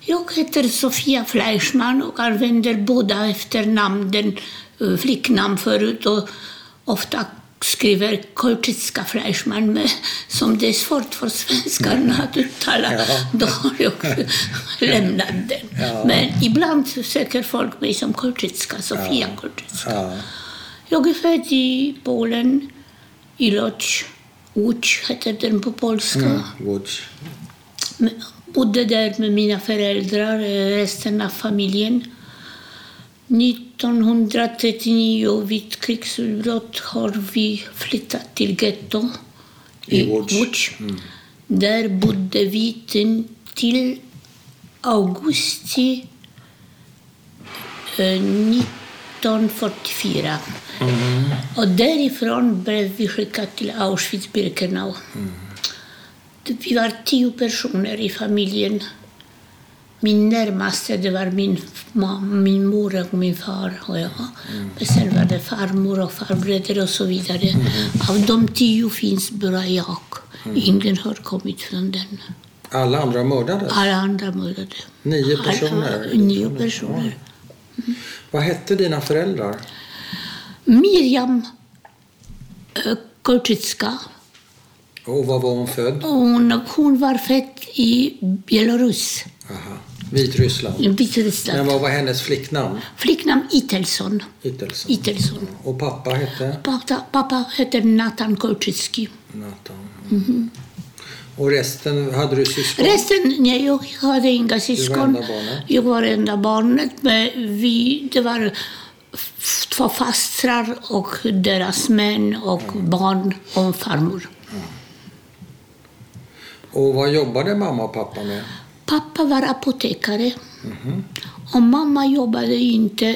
Jag heter Sofia Fleischmann och använder båda efternamnen, flicknamn förut, och ofta skriver Kolczycka Fleischmann med, som det är svårt för svenskarna att uttala. Då har jag lämnat den. Ja. Men ibland söker folk mig som Kolczycka, Sofia Kolczycka. Ja. Jag är född i Polen, i Łódź. Łódź heter den på polska. Łódź. Bodde där med mina föräldrar, resten av familjen. 1939 vid krigsutbrott har vi flyttat till getto i Łódź. Där bodde vi till augusti 1944. Och därifrån blev vi skickade till Auschwitz-Birkenau. Vi var 10 personer i familjen. Min närmaste, det var min mor och min far och jag. Men sen var det farmor och farbröder och så vidare. Av de 10 finns bara jag. Ingen har kommit från den. Alla andra mördades? Alla andra mördade. 9 personer? 9 personer. Vad hette dina föräldrar? Miriam Kolczycka. Och var hon född? Hon var född i Belarus. Aha. Vitryssland. Men vad var hennes flicknamn? Flicknamn Itelsson. Och pappa hette? Pappa heter Nathan Kolczycki. Nathan. Och resten, hade du syskon? Nej, jag hade inga syskon. Jag var enda barnet. Men det var 2 fastrar och deras män och barn och farmor. Och vad jobbade mamma och pappa med? Pappa var apotekare. Och mamma jobbade inte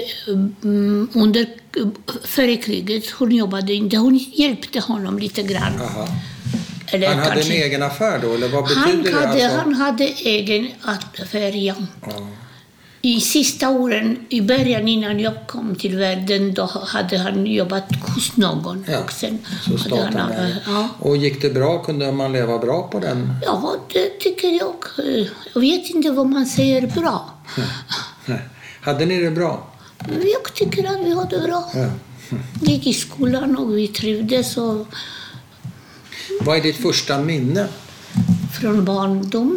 före kriget. Hon jobbade inte. Hon hjälpte honom lite grann. Eller han hade en egen affär då? Eller vad betyder det? Han hade egen affär, ja. I sista åren, i början innan jag kom till världen, då hade han jobbat hos någon. Ja, och sen så startade han. Och gick det bra? Kunde man leva bra på den? Ja, det tycker jag. Jag vet inte vad man säger bra. Hade ni det bra? Jag tycker att vi hade det bra. Vi gick i skolan och vi trivdes. Och... Vad är ditt första minne? Från barndom.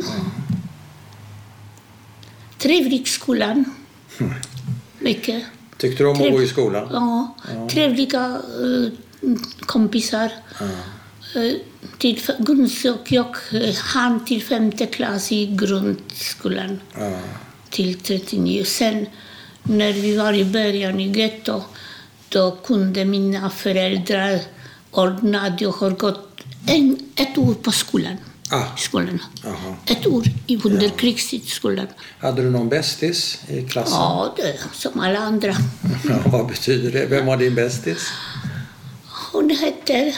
Trevlig skolan. Mycket. Tyckte du om att gå i skolan? Ja. Trevliga kompisar. Till jag hann till 5:e klass i grundskolan. Till 39. Sen när vi var i början i getto, då kunde mina föräldrar ordna att jag har gått 1 år på skolan. Skolan. Ett år under krigstidsskolan. Hade du någon bästis i klassen? Ja, som alla andra. Vad betyder det? Vem var din bästis? Hon heter...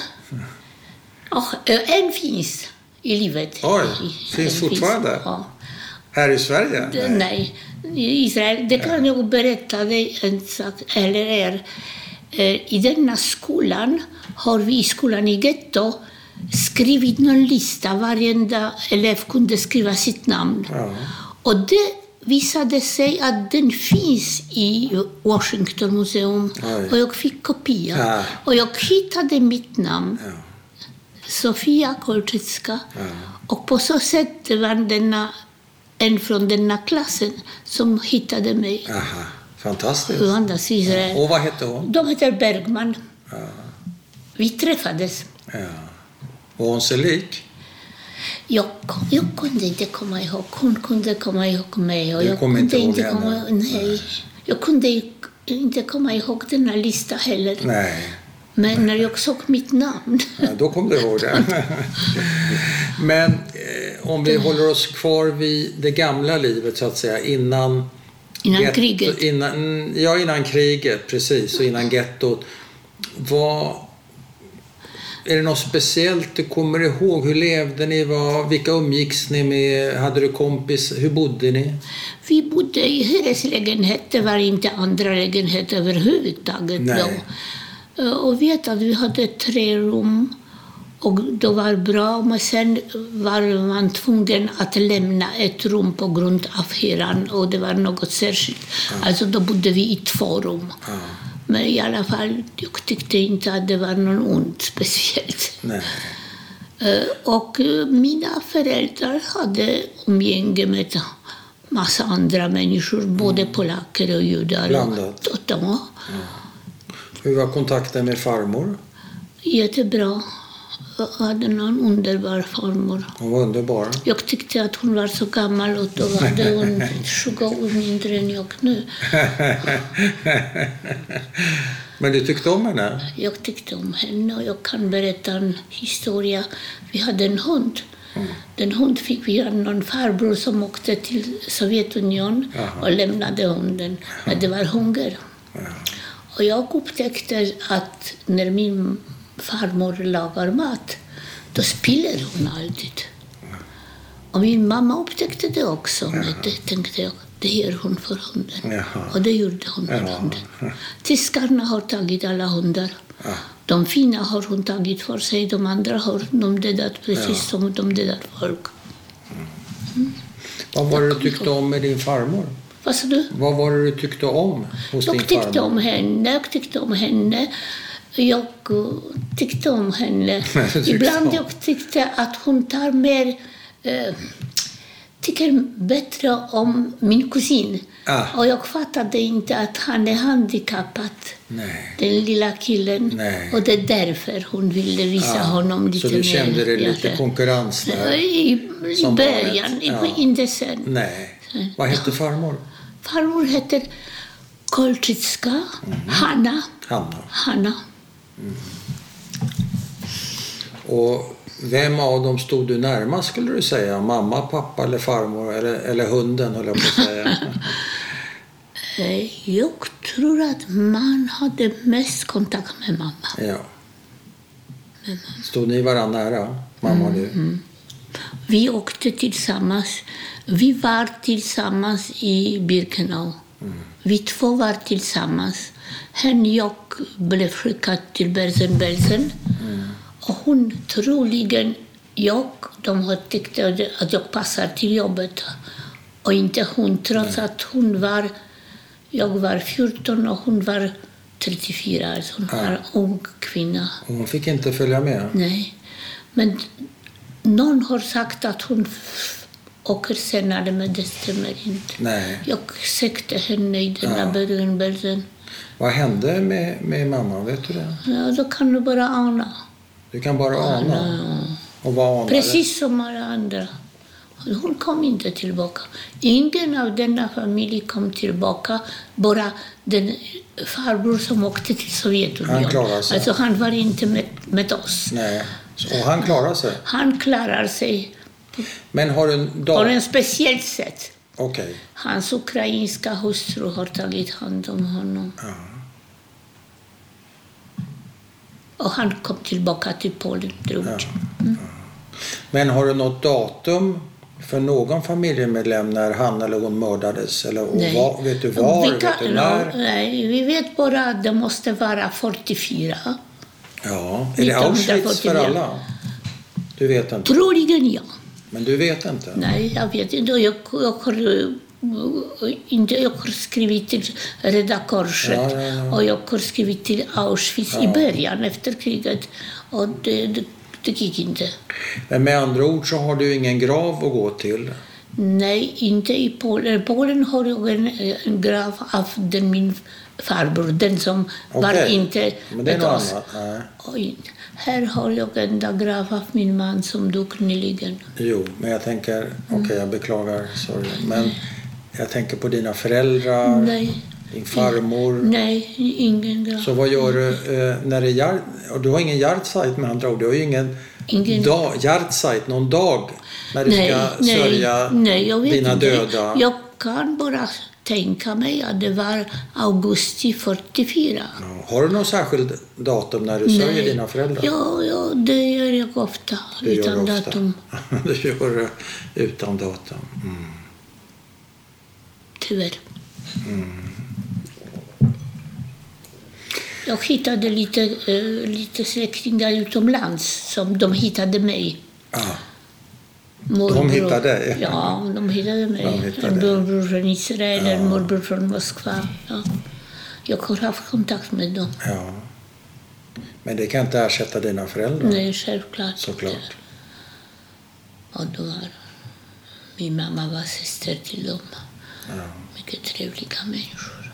en finns i livet. Oj, finns fortfarande? Ja. Här i Sverige? Nej, i Israel. Det kan jag berätta dig en sak. I denna skolan har vi i skolan i getto skrivit någon lista. Varenda elev kunde skriva sitt namn. Och det visade sig att den finns i Washington museum. Och jag fick kopia. Och jag hittade mitt namn. Sofia Kolczycka. Och på så sätt var en från denna klassen som hittade mig. Aha, fantastiskt. Och vad hette hon? De heter Bergman. Vi träffades. Var hon så lik? Jag kunde inte komma ihåg. Hon kunde komma ihåg mig. Och jag kunde inte komma. Nej. Jag kunde inte komma ihåg denna lista heller. Nej. Men när jag såg mitt namn... då kom du ihåg det. Men om vi håller oss kvar vid det gamla livet så att säga. Innan kriget. Innan kriget, precis. Och innan gettot. Är det något speciellt du kommer ihåg? Hur levde ni? Vilka umgicks ni med? Hade du kompis? Hur bodde ni? Vi bodde i hyreslägenhet. Det var inte andra lägenheter överhuvudtaget. Nej. Då. Och vet att vi hade 3 rum. Och då var det bra, men sen var man tvungen att lämna ett rum på grund av hyran och det var något särskilt. Alltså då bodde vi i 2 rum. Men i alla fall, jag tyckte inte att det var någon ont speciellt. Nej. Och mina föräldrar hade umgänge med massa andra människor, både polacker och judar. Blandat. Och Hur var kontakten med farmor? jättebra. Jag hade någon underbar farmor. Hon var underbar. Jag tyckte att hon var så gammal och då var hon 20 år mindre än jag nu. Men du tyckte om henne? Jag tyckte om henne och jag kan berätta en historia. Vi hade en hund. Den hund fick vi av någon farbror som åkte till Sovjetunionen och lämnade hunden. Men det var hunger. Och jag upptäckte att när min farmor lagar mat, då spiller hon alltid. Och min mamma upptäckte det också. Men det tänkte jag, det gör hon för hunden. Och det gjorde hon för hunden. Tyskarna har tagit alla hundar. De fina har hon tagit för sig, de andra har de dödat precis som de dödat folk. Vad var det du tyckte om med din farmor? Vad sa du? Vad var det du tyckte om hos din farmor? Jag tyckte om henne. Ibland jag tyckte att hon tar mer... tycker bättre om min kusin. Och jag fattade inte att han är handikappad. Nej. Den lilla killen. Nej. Och det är därför hon ville visa honom lite mer. Så du kände det lite konkurrens där? I början, inte sen. Nej. Vad hette farmor? Farmor heter Kolczycka. Hanna. Och vem av dem stod du närmast skulle du säga? Mamma, pappa eller farmor? Eller hunden höll jag på att säga. Jag tror att man hade mest kontakt med mamma. Ja. Stod ni varandra nära? Mamma och du? Vi åkte tillsammans. Vi var tillsammans i Birkenau. Vi 2 var tillsammans. Jag blev skickad till Bergen-Belsen. Och hon troligen, de tyckte att jag passar till jobbet. Och inte hon, trots att jag var 14 och hon var 34. Alltså hon var en ung kvinna. Och hon fick inte följa med? Nej. Men någon har sagt att hon åker senare, men det stämmer inte. Nej. Jag sökte henne i denna Bergen-Belsen. Vad hände med mamma, vet du det? Ja, då kan du bara ana. Du kan bara ana? Och vad anade? Precis som alla andra. Hon kom inte tillbaka. Ingen av denna familj kom tillbaka. Bara den farbror som åkte till Sovjetunionen. Han klarade sig. Alltså han var inte med oss. Nej. Och han klarade sig? Han klarar sig. Men har du på en speciellt sätt. Okej. Hans ukrainska hustru har tagit hand om honom. Och han kom tillbaka till Polen, tror jag. Men har du något datum för någon familjemedlem när han eller hon mördades? Eller, vet du var? Vet du när? Nej, vi vet bara att det måste vara 44. Ja, är det Auschwitz för alla? Du vet inte? Troligen ja. Men du vet inte? Nej, jag vet inte. Jag har skrivit till Röda Korset och jag har skrivit till Auschwitz i början efter kriget. Och det gick inte. Men med andra ord så har du ingen grav att gå till? Nej, inte i Polen. I Polen har jag en grav av min farbror, den som var inte men det är med oss. Nej. Här har jag en grav av min man som dog nyligen. Jo, men jag tänker, jag beklagar, sorry. Men jag tänker på dina föräldrar, din farmor. Nej, ingen grav. Så vad gör du när det är du har ingen Yahrzeit med andra ord, du har ju ingen Yahrzeit, någon dag när du ska sörja dina döda. Jag kan bara tänka mig att det var augusti 44. Ja. Har du någon särskild datum när du sörjer dina föräldrar? Ja, det gör jag ofta. Utan datum. Du gör det utan datum. Tyvärr. Jag hittade lite släktingar utomlands som de hittade mig. De hittade dig? Ja, de hittade mig. En morbror från Israel, en morbror från Moskva. Ja. Jag har haft kontakt med dem. Ja. Men det kan inte ersätta dina föräldrar? Nej, självklart. Såklart. Och då var min mamma var syster till dem. Ja. Mycket trevliga människor.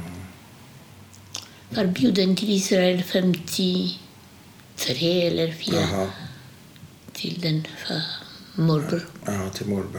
Jag var bjuden till Israel 53 eller 4. Aha. Till den morbror. Ja, till morbror.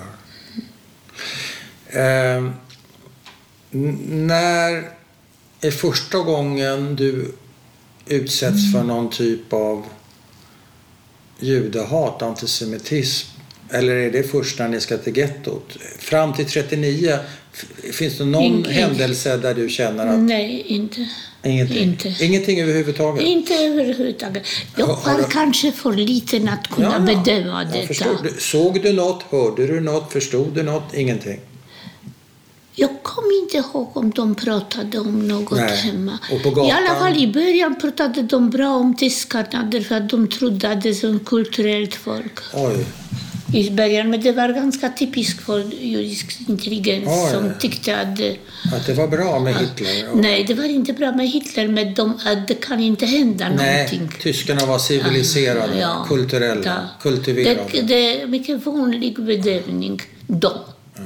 När är första gången du utsätts för någon typ av judehat, antisemitism? Eller är det först när ni ska till gettot? Fram till 39, finns det någon händelse där du känner att... Nej, inte. Ingenting överhuvudtaget? Inte överhuvudtaget. Jag var kanske för liten att kunna bedöma detta. Såg du något? Hörde du något? Förstod du något? Ingenting? Jag kommer inte ihåg om de pratade om något hemma. Och på gatan? I alla fall i början pratade de bra om tyskarna därför att de trodde att det var ett kulturellt folk. Oj. I början, men det var ganska typiskt för judisk intelligens som tyckte att det var bra med Hitler. Nej, det var inte bra med Hitler, men att det kan inte hända någonting. Nej, tyskarna var civiliserade, kulturella, kultiverade. Det är mycket vanlig bedömning då. Ja.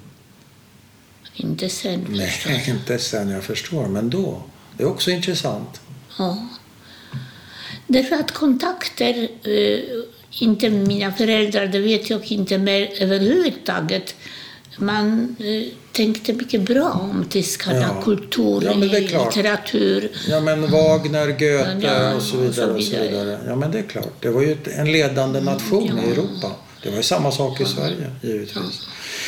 Inte sen. Nej, inte sen, jag förstår, men då. Det är också intressant. Ja. Därför att kontakter... inte mina föräldrar, det vet jag inte mer överhuvudtaget. Man tänkte mycket bra om tyskarna, kultur, litteratur. Ja, men Wagner, Goethe och så vidare. Ja, men det är klart. Det var ju en ledande nation i Europa. Det var ju samma sak i Sverige, givetvis.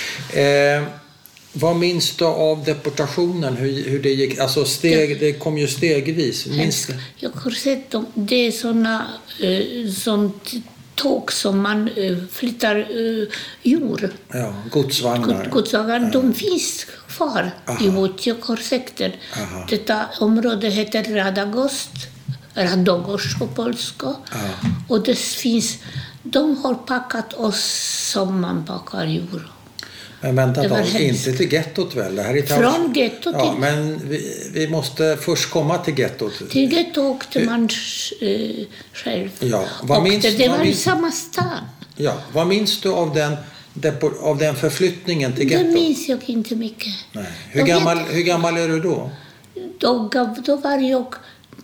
Vad minns du av deportationen? Hur det gick? Alltså det kom ju stegvis. Jag har sett dem. Det är sånt tåg som man flyttar jord. Ja, godsvagnar. Godsvagnar, de finns kvar i Wojciechowsekten. Detta område heter Radogorz på polska. Och det finns, de har packat oss som man packar jord. Men vänta då, inte till gettot väl? Det här är från gettot till... Ja, men vi måste först komma till gettot. Till gettot åkte man själv. Ja, det var i samma stad. Ja, vad minns du av den förflyttningen till gettot? Det minns jag inte mycket. Nej. Hur gammal är du då? Då var jag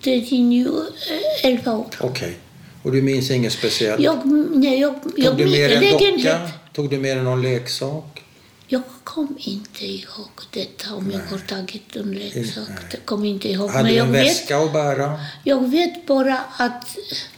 11 år. Okej. Och du minns inget speciellt? Tog du med en docka? Tog du med någon leksak? Jag kom inte ihåg detta om jag har tagit en leksak. Jag kom inte ihåg. Hade du en väska att bära? Jag vet bara att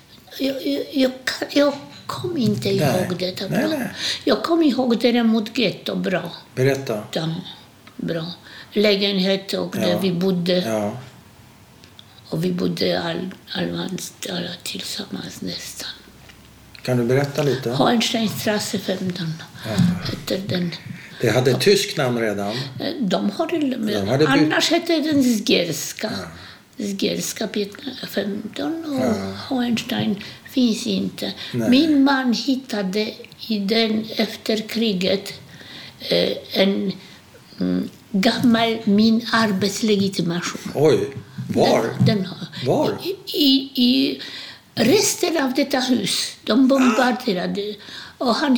jag kom inte ihåg detta bra. Nej. Jag kom ihåg däremot getto bra. Berätta. Bra. Lägenhet och där vi bodde. Ja. Och vi bodde alla tillsammans nästan. Kan du berätta lite? Hohensteinstrasse 15 heter den. Det hade tysk namn redan? De hade annars hette den Zgierska. Zgierska 15 och Hohenstein finns inte. Nej. Min man hittade i den efter kriget en gammal min arbetslegitimation. Oj, var? Var? I resten av detta hus. De bombarderade. Och han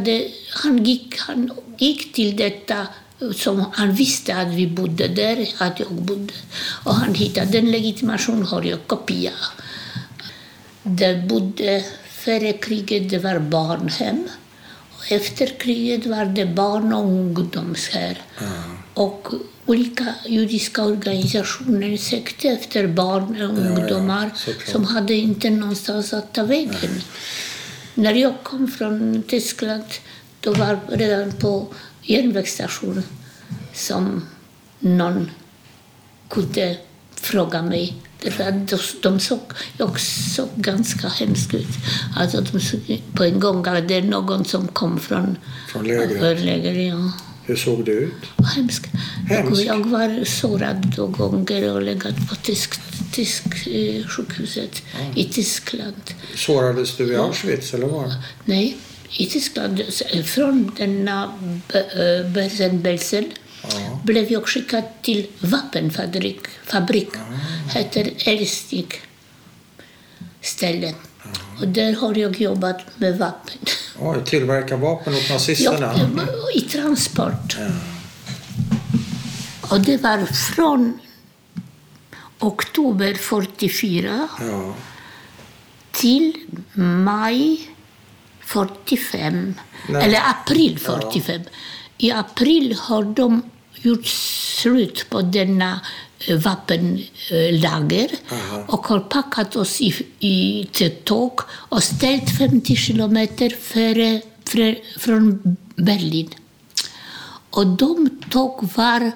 gick till detta som han visste att vi bodde där, att jag bodde. Och han hittade den legitimation, har jag kopia. Där bodde före kriget, det var barnhem. Och efter kriget var det barn- och ungdomshem. Och olika judiska organisationer sökte efter barn och ungdomar som hade inte någonstans att ta vägen. När jag kom från Tyskland, då var redan på järnvägsstation som någon kunde fråga mig. Därför att jag såg ganska hemskt ut. Alltså de såg på en gång att det är någon som kom från lägret. Ja. Hur såg det ut? Hemskt. Jag var sårad 2 gånger och legat på sjukhuset i Tyskland. Sårades du i Auschwitz eller var? Nej, i Tyskland. Från denna Bergen-Belsen blev jag skickad till vapenfabrik. Heter Elsnik ställen. Och där har jag jobbat med vapen. Tillverka vapen åt nazisterna? Ja, i transport. Ja. Och det var från oktober 44 till maj 45. Eller april 45. Ja. I april har de gjort slut på denna vapenlager och har packat oss i tåg och ställt 50 kilometer från Berlin. Och de tåg var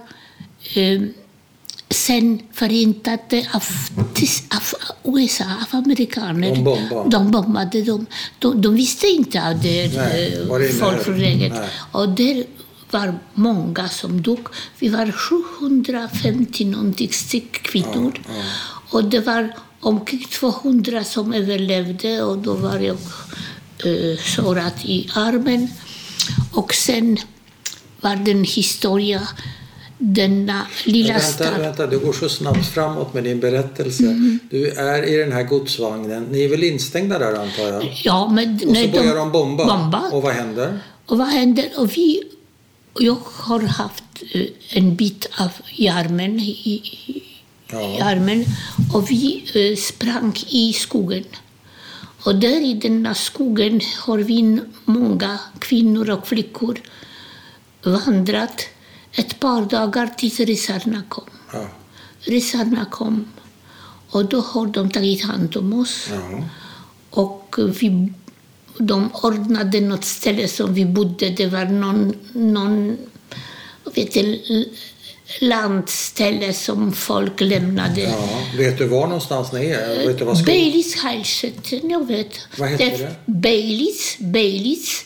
sen förintade av USA, av amerikaner. De bombade dem. De visste inte att det folk från läget. Och det var många som dog. Vi var 750 någonting styck kvinnor. Och det var omkring 200 som överlevde. Och då var jag sårad i armen. Och sen var det en historia. Denna lilla vänta, du går så snabbt framåt med din berättelse. Du är i den här godsvagnen. Ni är väl instängda där, antar jag? Ja, men och så börjar de bomba. Och vad händer? Och jag har haft en bit av armen i armen. Och vi sprang i skogen. Och där i denna skogen har vi många kvinnor och flickor vandrat ett par dagar tills ryssarna kom. Ryssarna kom och då har de tagit hand om oss. Och de ordnade något ställe som vi bodde. Det var någon landställe som folk lämnade. Vet du var någonstans ni är? Vet du vad Baileys Heilstätten, jag vet. Vad heter det? Baileys.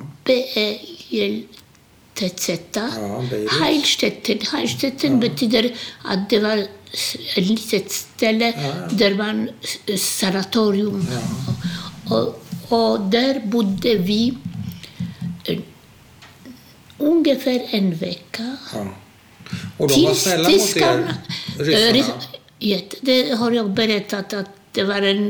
B-E-L-T-Z. Heilstätten betyder att det var ett litet ställe där man sanatorium. Och där bodde vi ungefär en vecka. Och de var snälla mot er, ryssarna? Det har jag berättat att det var en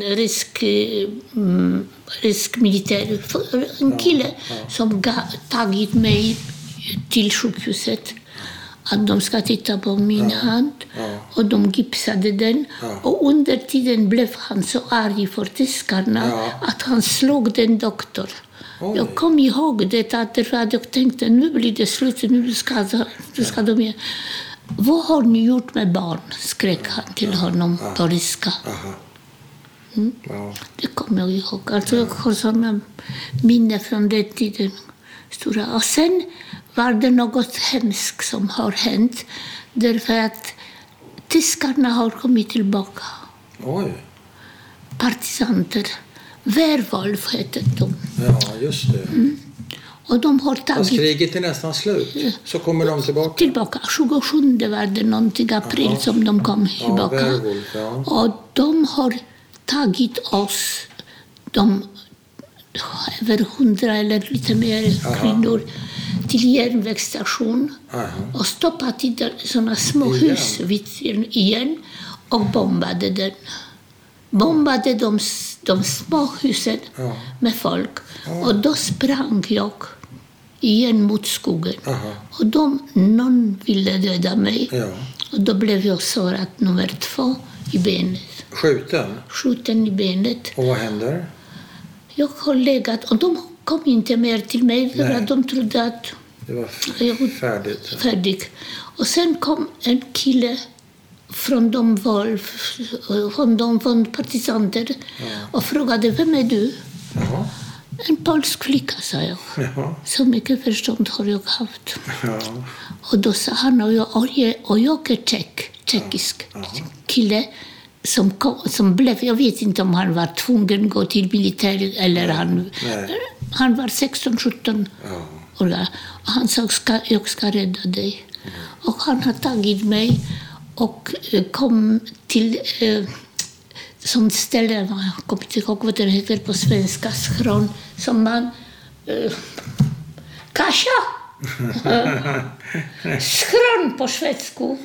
rysk militär, en kille som tagit mig till sjukhuset. Att de ska titta på min hand. Och de gipsade den. Och under tiden blev han så arg för tyskarna att han slog den doktor. Jag kom ihåg det därför att jag tänkte nu blir det slut, nu ska de ge. Vad har ni gjort med barn? Skrek han till honom på ryska. Det kommer jag ihåg. Alltså jag har sådana minnen från den tiden. Stora. Och sen var det något hemskt som har hänt. Därför att tyskarna har kommit tillbaka. Partisaner. Werwolf hette de. Ja, just det. Och de har tagit... Fast kriget är nästan slut. Så kommer de tillbaka. 27 var det någonting april som de kom tillbaka. Werwolf, och de har tagit oss, över 100 eller lite mer kvinnor, till järnvägsstation och stoppat i sådana små hus igen och bombade den. Bombade de små husen med folk. Och då sprang jag igen mot skogen. Och någon ville döda mig. Och då blev jag sårad nummer 2 i benet. Skjuten i benet. Och vad händer? Jag har legat och de kom inte mer till mig för att de trodde att det var färdigt. Och sen kom en kille från från partisaner och frågade, vem är du? En polsk flicka, sa jag. Så mycket förstånd har jag haft. Och då sa han, och jag är tjeckisk kille som blev, jag vet inte om han var tvungen att gå till militär eller han var 16-17 år. Och han sa, jag ska rädda dig. Och han har tagit mig och kom till sånt ställe, jag kommer inte ihåg vad det heter på svenska, skron, som man... Kasia! Skron på szwedzku.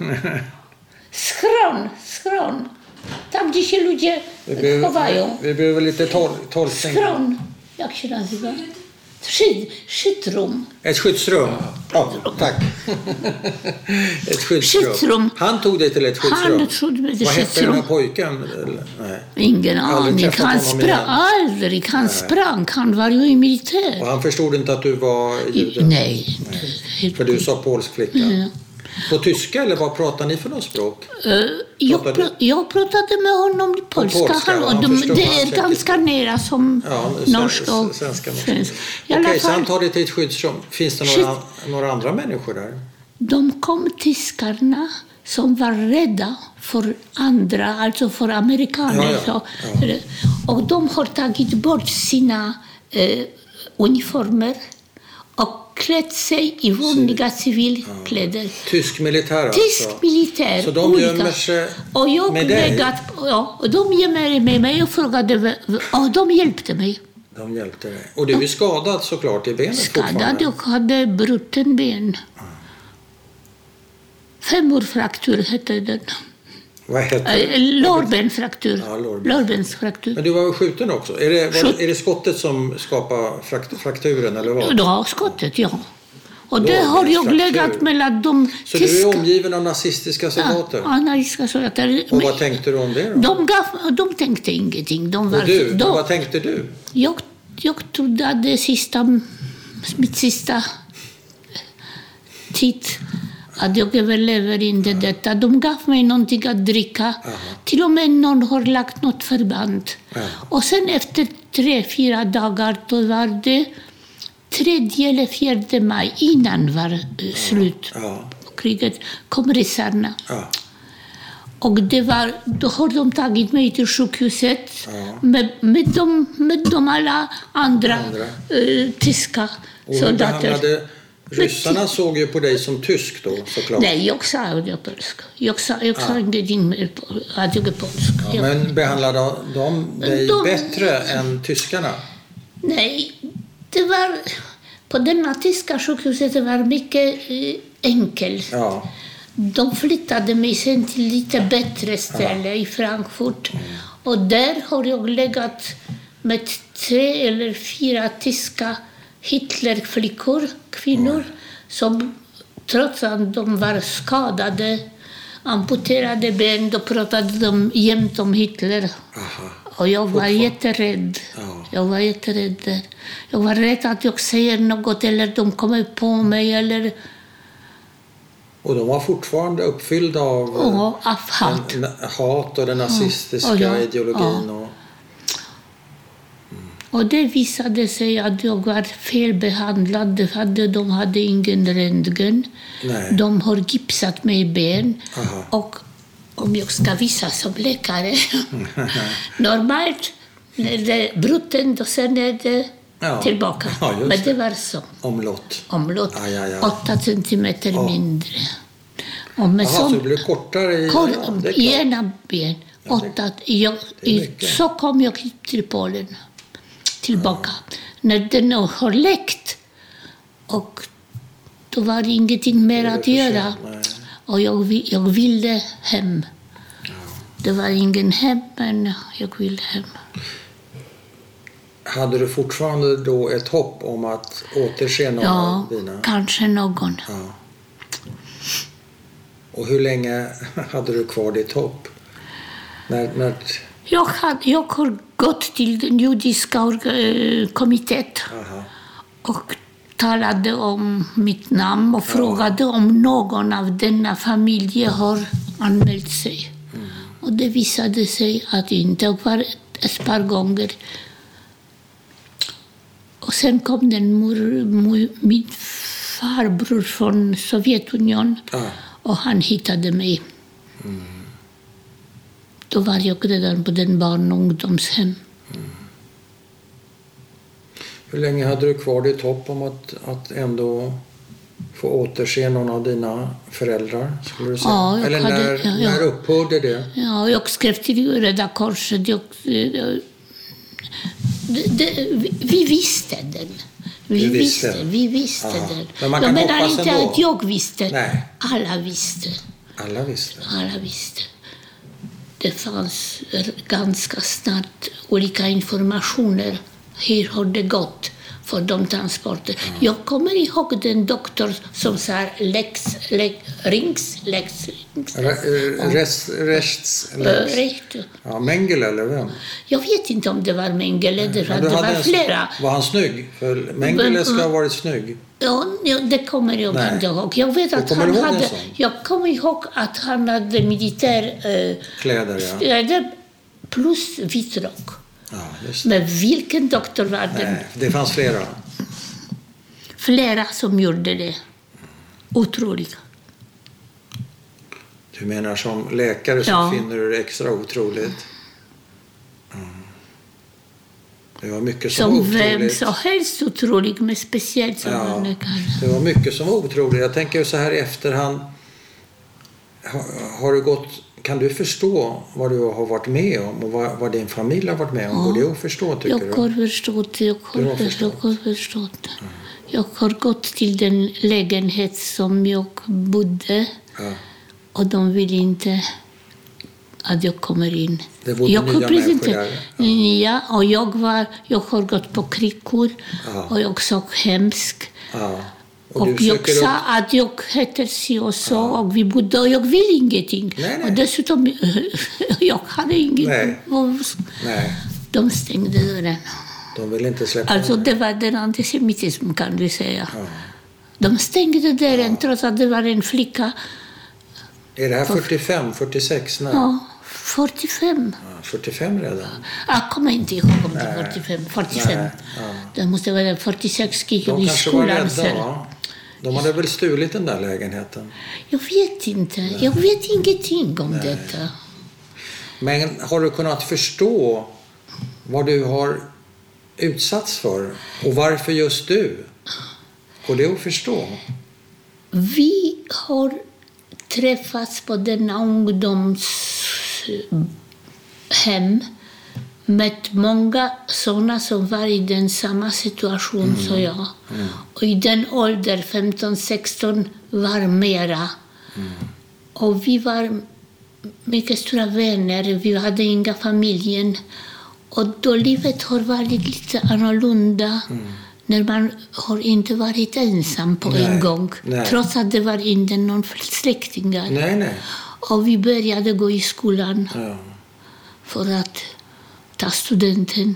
Skron. Tam, gdzie się ludzie chowają. Vi behöver lite tolkning. Skron. Jak się nazywa? Skyddrum. Ett skyddsrum. Ja, tack. Ett skyddsrum. Han tog dig till ett skyddsrum. Vad hette den här pojken? Nej. Ingen aning. Han sprang. Han var ju i militär. Och han förstod inte att du var jude? Nej. För du sa polsk flicka. Ja. På tyska eller vad pratar ni för något språk? Jag pratade med honom i polska. Det är ganska nära som norska och svenska. Okej, så han tar dig till ett skyddsrum. Finns det några andra människor där? De kom tyskarna som var rädda för andra, alltså för amerikaner. Ja. Och de har tagit bort sina uniformer och klätt sig i vanliga civilkläder. Tysk militär alltså? Tysk militär. Så de gömmer sig med dig? Och de gömmer med mig och frågade, och de hjälpte mig. De hjälpte dig. Och du är skadad såklart i benet fortfarande? Skadad och hade bruten ben. Femurfraktur hette den. Vad heter det? Lårbenfraktur. Ja, lårbensfraktur. Men du var skjuten också. Är det skottet som skapar frakturen eller vad? Ja, skottet, ja. Och det har jag legat mellan de Så du är omgiven av nazistiska soldater? Ja, nazistiska soldater. Och vad tänkte du om det då? De tänkte ingenting. Vad tänkte du? Jag trodde att mitt sista tid att jag överlever inte detta. De gav mig någonting att dricka. Aha. Till och med någon har lagt något förband. Ja. Och sen efter 3-4 dagar då var det 3 eller 4 maj innan var slut på kriget kom ryssarna. Ja. Och då har de tagit mig till sjukhuset med de alla andra tyska soldater. Ryssarna såg ju på dig som tysk då, såklart. Nej, jag sa att jag är polsk. Jag sa ingenting mer att jag är polsk. Ja, men behandlade de dig bättre än tyskarna? Nej, det var... På denna tyska sjukhuset det var mycket enkelt. Ja. De flyttade mig sen till lite bättre ställe i Frankfurt. Och där har jag legat med 3 eller 4 tyska Hitlerflickor, kvinnor, som trots att de var skadade, amputerade ben, då pratade de jämt om Hitler. Aha. Och jag var jätterädd. Ja. Jag var jätterädd där. Jag var rädd att jag säger något eller de kommer på mig eller... Och de var fortfarande uppfyllda av hat. Hat och den nazistiska ideologin. Ja. Och det visade sig att jag var felbehandlad. De hade ingen röntgen. De har gipsat mig i ben. Aha. Och om jag ska visa som läkare. Normalt, när det är bruten, då sen är det tillbaka. Ja, men det var så. Omlott. 8 centimeter mindre. Och med så det blev kortare i ena ben. Så kom jag hit till Polen. Tillbaka. När den har läkt och då var det ingenting mer att göra. Och jag ville hem. Det var ingen hem, men jag ville hem. Hade du fortfarande då ett hopp om att återse någon av dina? Ja, kanske någon. Ja. Och hur länge hade du kvar ditt hopp? När... Jag har gått till den judiska kommittén och talade om mitt namn och frågade om någon av denna familj har anmält sig. Och det visade sig att inte. Jag var ett par gånger. Och sen kom min farbror från Sovjetunionen och han hittade mig. Då var jag redan på den barn- och ungdomshem. Hur länge hade du kvar ditt hopp om att ändå få återse någon av dina föräldrar, skulle du säga? Ja, eller när upphörde det? Ja, jag skrev till Röda Korset. Vi visste den. Vi visste den. Men jag menar inte att jag visste. Nej. Alla visste. Det fanns ganska snart olika informationer. Hur har det gått för de transporter? Jag kommer ihåg den doktor som sa Rings. Ja, Mengele eller vem? Jag vet inte om det var Mengele. Det var flera. Var han snygg? För Mengele ska ha varit snygg. Ja, det kommer jag inte ihåg. Jag vet att jag kommer ihåg att han hade militärkläder plus vit rock. Ja, just det. Men vilken doktor var det? Nej, det fanns flera. Flera som gjorde det. Otroliga. Du menar som läkare så finner du det extra otroligt? Det var mycket som var otroligt. Vem så helst otroligt, men speciellt som läkare. Det var mycket som var otroligt. Jag tänker så här i efterhand. Har du gått... Kan du förstå vad du har varit med om och vad din familj har varit med om? Går det att förstå, tycker du? Jag har förstått. Jag har gått till den lägenhet som jag bodde och de vill inte att jag kommer in. Det bodde nya människor där? Ja, och jag har gått på kryckor och jag såg hemskt. Och jag sa att jag heter si och så och vi bodde och jag vill ingenting. Nej. Och dessutom, jag hade ingenting. Nej. De stängde dörren. De ville inte släppa alltså det var den antisemitism, kan du säga. De stängde dörren trots att det var en flicka. Är det här 45, 46? Nej. Ja, 45. 45 redan? Jag kommer inte ihåg om det var 45. Det måste vara 46 gick i skolan. De kanske var rädda, De hade väl stulit den där lägenheten? Jag vet inte. Jag vet ingenting om detta. Men har du kunnat förstå vad du har utsatts för? Och varför just du? Går det att förstå? Vi har träffats på denna ungdomshem med många sådana som var i den samma situation som jag. Och i den ålder, 15-16, var mera. Och vi var mycket stora vänner. Vi hade inga familjen. Och då livet har varit lite annorlunda. När man har inte varit ensam på en gång. Trots att det var inte någon släktingar. Nej. Och vi började gå i skolan för att ta studenten.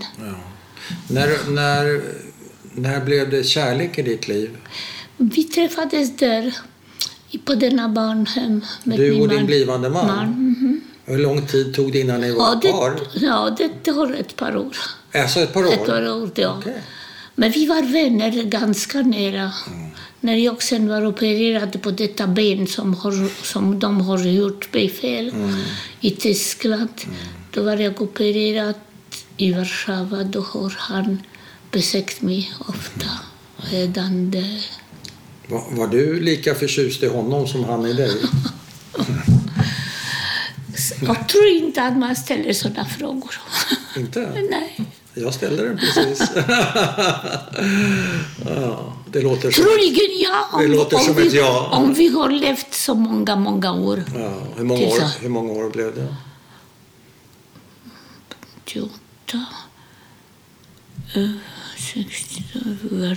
När blev det kärlek i ditt liv? Vi träffades där på denna barnhem med du och din blivande man? Hur lång tid tog det innan ni var par? Ja, det var ett par år. Alltså ett par år? Ett par år, ja. Okay. Men vi var vänner ganska nära. När jag sen var opererad på detta ben som de har gjort mig fel i Tyskland. Då var jag opererad i Warszawa. Då har han besökt mig ofta redan där. Var du lika förtjust i honom som han i dig? Jag tror inte att man ställer sådana frågor. Inte? Nej. Jag ställde den precis. Det låter som, troligen ja. Det låter som ett ja. Om vi har levt så många år. Ja, hur många år blev det? 58. 60 var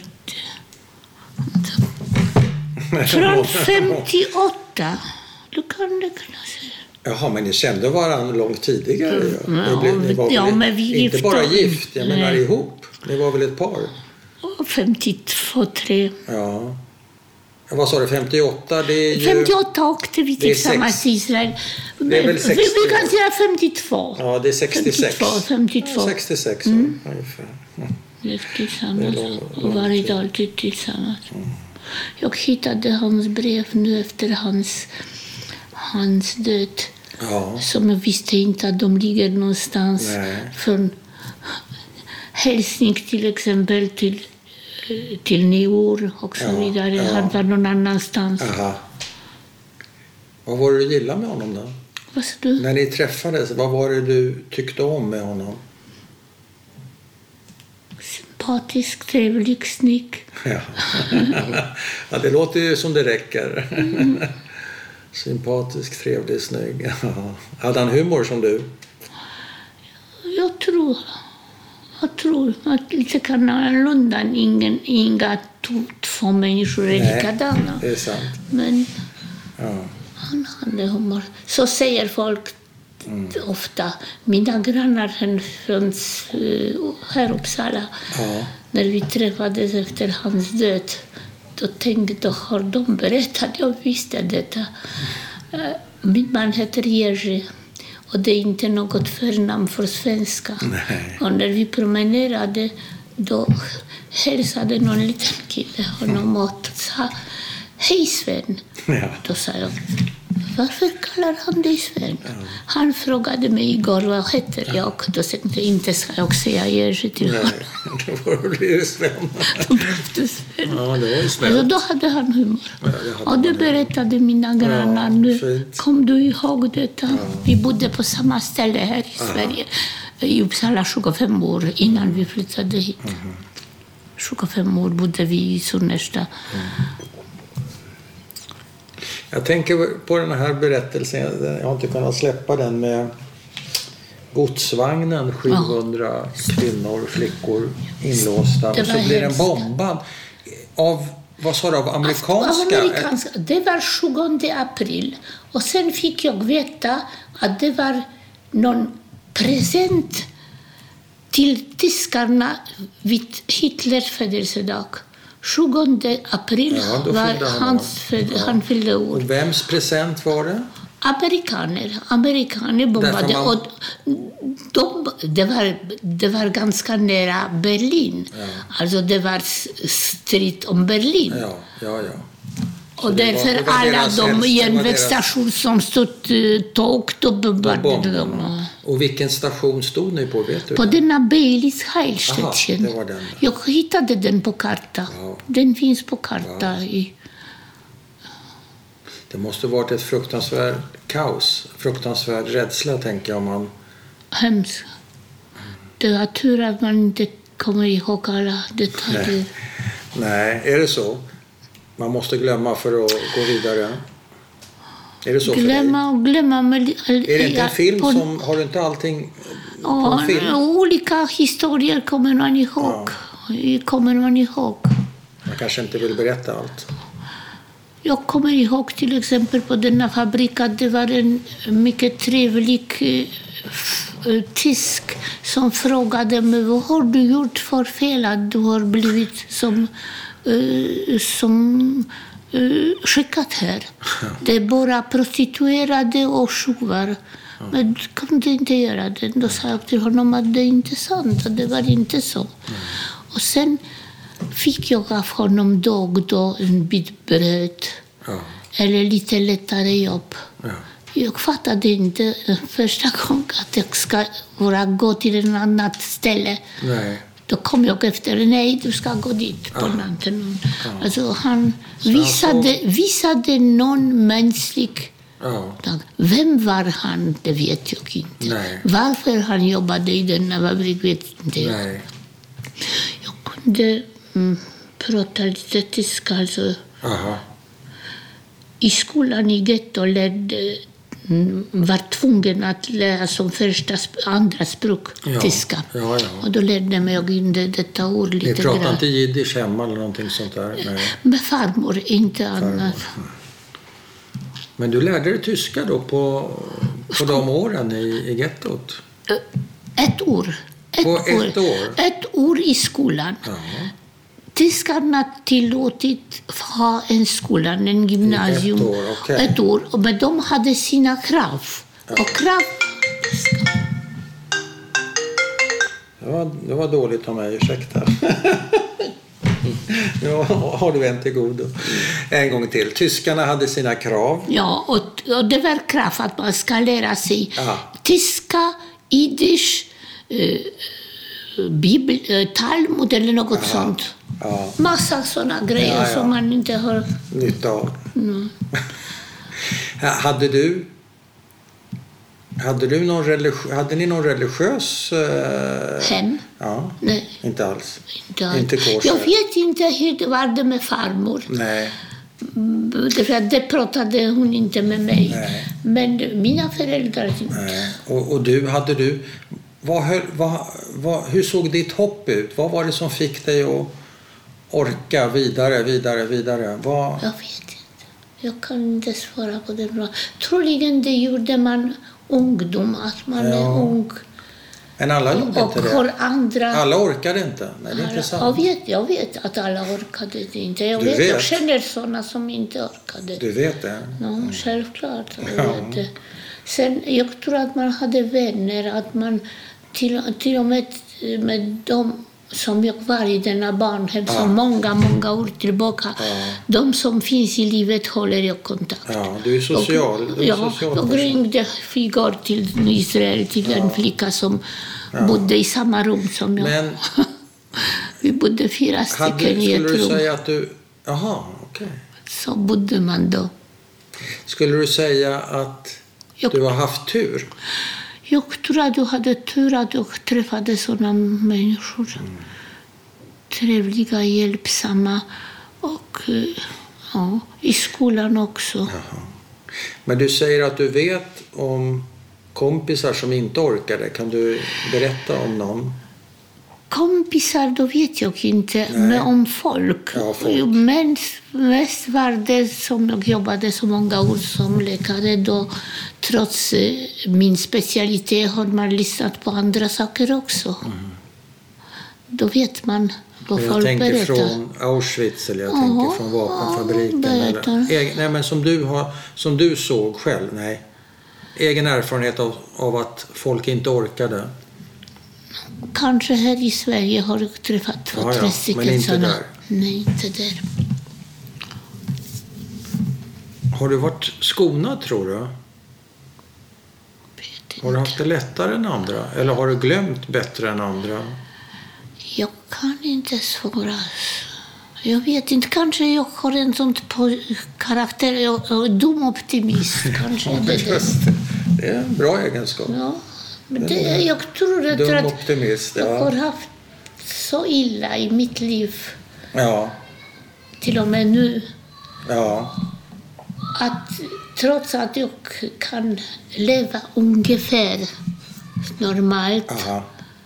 det. Från 58. Du kan det kunna säga. Jaha, men ni kände varandra långt tidigare. Men vi inte bara gift, jag menar ihop. Ni var väl ett par? 52, 3. Ja. Vad sa du, 58? Det är ju, 58 åkte vi tillsammans till Israel. Det är väl 60. Vi kan säga 52. Ja, det är 66. 52. Ja, 66 ungefär. Tillsammans och varit alltid tillsammans. Jag hittade hans brev nu efter hans död. Som jag visste inte att de ligger någonstans. Från hälsning till exempel till till nyår och så vidare. Ja. Han var någon annanstans. Aha. Vad var det du gillade med honom då? Vad sa du? När ni träffades, vad var det du tyckte om med honom? Sympatisk, trevlig, snygg. Ja. Ja, det låter ju som det räcker. Sympatisk, trevlig, snygg. Ja. Hade han humor som du? Jag tror att lite kan annorlunda. Inga två människor är likadana. Det är sant. Men han hade humor. Så säger folk ofta. Mina grannar från här Uppsala. Ja. När vi träffades efter hans död. Då tänkte har de berättat. Jag visste detta. Min man heter Jerzy. Och det är inte något förnamn för svenska. Nej. Och när vi promenerade då hälsade någon liten kille honom och sa hej Sven. Ja. Då sa jag, varför kallar han dig Sven? Ja. Han frågade mig igår vad heter jag. Då tänkte jag inte ska jag säga Jerzy till honom. Nej, då var det Sven. Då blev det Sven. Ja, det var ju Sven. Alltså, då hade han humor. Ja, och det berättade mina grannar. Nu kom du ihåg detta? Ja. Vi bodde på samma ställe här i Sverige. I Uppsala 25 år innan vi flyttade hit. 25 år bodde vi i Sunnersta. Jag tänker på den här berättelsen, jag har inte kunnat släppa den med godsvagnen, 700 kvinnor, flickor inlåsta. Och så blir den bombad av, vad sa du, av amerikanska? Det var 20 april. Och sen fick jag veta att det var någon present till tyskarna vid Hitlers födelsedag. 20 april var han fyllde år. Och vems present var det? Amerikaner bombade. Och det var ganska nära Berlin. Ja. Alltså det var strid om Berlin. Ja. Och därför alla de järnvägsstationer som stod tåg, då bombade de. Och vilken station stod ni på, vet du? På denna Baileys Heilstädtchen. Det var den. Jag hittade den på karta. Ja. Den finns på karta. Ja. Det måste varit ett fruktansvärt kaos. Fruktansvärd rädsla, tänker jag. Man... Hemskt. Det var tur att man inte kommer ihåg alla detaljer. Nej, är det så? Man måste glömma för att gå vidare. Är det så glömma. Är det inte en film som... Har du inte allting på en film? Olika historier kommer man ihåg. Man kanske inte vill berätta allt. Jag kommer ihåg till exempel på denna fabrik att det var en mycket trevlig tysk som frågade mig vad har du gjort för fel att du har blivit som skickat här. Det är bara prostituerade och tjuvar. Men du kunde inte göra det. Då sa jag till honom att det är inte sant. Att det var inte så. Och sen fick jag av honom då en bit bröd. Eller lite lättare jobb. Jag fattade inte första gången att jag ska gå till en annat ställe. Nej. Då kom jag efter, nej, du ska gå dit på natten. Alltså han visade någon mänsklig dag. Vem var han, det vet jag inte. Nej. Varför han jobbade i denna fabrik vet inte jag. Nej. Jag kunde prata lite tyska. Alltså. I skolan i getto var tvungen att lära som andra språk tyska. Ja. Och då lärde mig jag in detta ord lite grann. Ni pratar inte jiddisch hemma eller någonting sånt där? Nej. Med farmor, inte annat. Men du lärde dig tyska då på de åren i gettot? Ett år. Ett år i skolan. Tyskarna tillåtit ha en skola, en gymnasium. Ett år. Men de hade sina krav. Och krav... Det var dåligt av mig, ursäkta. Ja, har du en till godo. En gång till. Tyskarna hade sina krav. Ja, och det var krav att man ska lära sig tyska, jiddisch, Talmud eller något sånt. Ja. Massa sådana grejer som man inte har nytta av. Hade ni någon religiös hem? Ja. Nej. Inte alls. Inte jag vet inte hur det var med farmor. Nej. Det pratade hon inte med mig. Nej. Men mina föräldrar inte. Nej. Och hur såg ditt hopp ut? Vad var det som fick dig att orka vidare? Jag vet inte. Jag kan inte svara på det bra. Troligen det gjorde man ungdom, att man är ung. Men alla gjorde inte det. Alla orkade inte. Nej, det är inte sant. Jag vet att alla orkade det inte. Jag känner sådana som inte orkade. Du vet det? Ja, självklart. Jag vet det. Sen, jag tror att man hade vänner, att man till och med dem som jag var i denna barnhem så många år tillbaka. De som finns i livet håller jag kontakt. Ja, du är social. Jag ringde igår till Israel till en flicka som bodde i samma rum som jag. Men, vi bodde 4 stycken i ett rum. Skulle du säga att du... Jaha, okej. Så bodde man då. Skulle du säga att du har haft tur? Jag tror att jag hade tur att jag träffade sådana människor. Trevliga, hjälpsamma och i skolan också. Jaha. Men du säger att du vet om kompisar som inte orkade. Kan du berätta om någon? Kompisar, då vet jag inte. Men om folk. Ja, folk. Mest var det som jag jobbade så många år som läkare. Då, trots min specialitet har man lyssnat på andra saker också. Då vet man vad folk berättar. Jag tänker från Auschwitz eller jag tänker från vapenfabriken. Nej, men som du såg själv. Nej. Egen erfarenhet av att folk inte orkade. Kanske här i Sverige har jag träffat 2-3 stycken. Men inte där? Nej, inte där. Har du varit skonad, tror du? Har du haft det lättare än andra? Eller har du glömt bättre än andra? Jag kan inte svara. Jag vet inte. Kanske jag har en sån karaktär. Jag är dum optimist. Kanske det är en bra egenskap. Ja. Men jag tror att optimist, jag har haft så illa i mitt liv. Ja. Till och med nu. Ja. Att trots att jag kan leva ungefär normalt. Aha.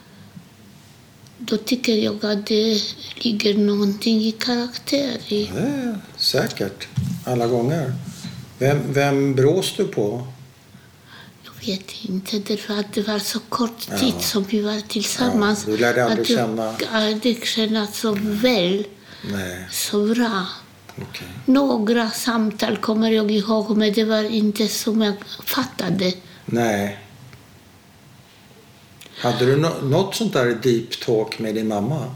Då tycker jag att det ligger någonting i karaktär. Ja, säkert. Alla gånger. Vem brås du på? Jag vet inte, därför att det var så kort tid som vi var tillsammans. Ja, du lärde aldrig känna... Jag aldrig känna så väl. Nej. Så bra. Okay. Några samtal kommer jag ihåg, men det var inte som jag fattade. Nej. Hade du något sånt där deep talk med din mamma?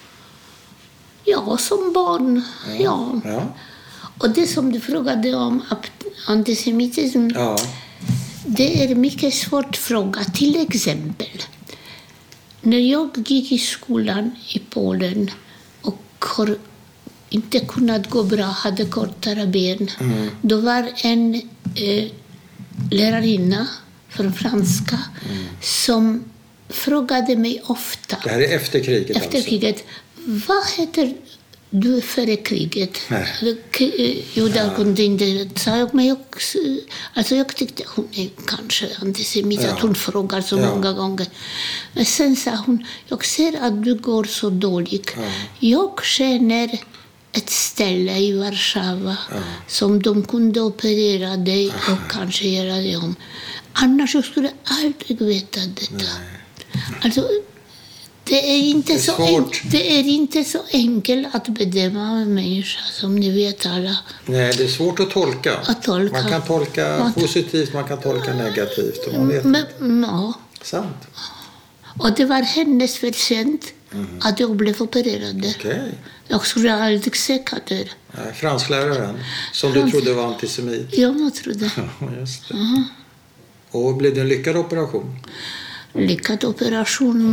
Ja, som barn. Ja. Och det som du frågade om antisemitism. Ja. Det är en mycket svår fråga. Till exempel, när jag gick i skolan i Polen och har inte kunnat gå bra, hade kortare ben. Då var en lärarinna från franska som frågade mig ofta. Det här är efter kriget kriget. Vad heter du före kriget? Jag kunde inte säga, men jag tyckte hon är kanske antisemit, att hon frågar så många gånger. Men sen sa hon, jag ser att du går så dåligt. Jag känner ett ställe i Warszawa som de kunde operera dig och kanske göra det om. Annars jag skulle aldrig veta detta. Alltså, det är inte så enkelt att bedöma en människa, som ni vet alla. Nej, det är svårt att tolka. Man kan tolka positivt, man kan tolka negativt. Man vet inte. Sant. Och det var hennes förtjänst att jag blev opererad. Okay. Jag skulle aldrig söka där. Franskläraren, som du trodde var antisemit. Ja, jag trodde. Just det. Och blev det en lyckad operation? lyckad operation.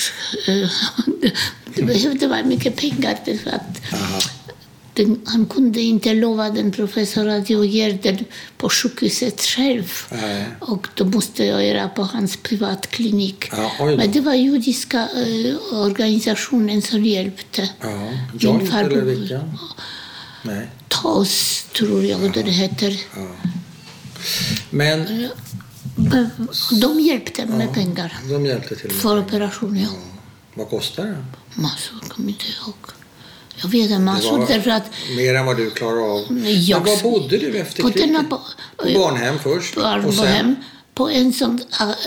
Det behövde vara mycket pengar för att han kunde inte lova den professor att jag ger den på sjukhuset själv. Och då måste jag göra på hans privatklinik. Men det var judiska organisationen som hjälpte. Joint eller vilka? Nej. TAS tror jag det heter. Men de hjälpte med pengar. De hjälpte till för operationen. Ja. Vad kostar det? Massor, kommer inte ihåg. Jag vet en massor därför att... Mer än vad du klarar av. Men var bodde du efter kriget? På barnhem först? Barnhem. På en sån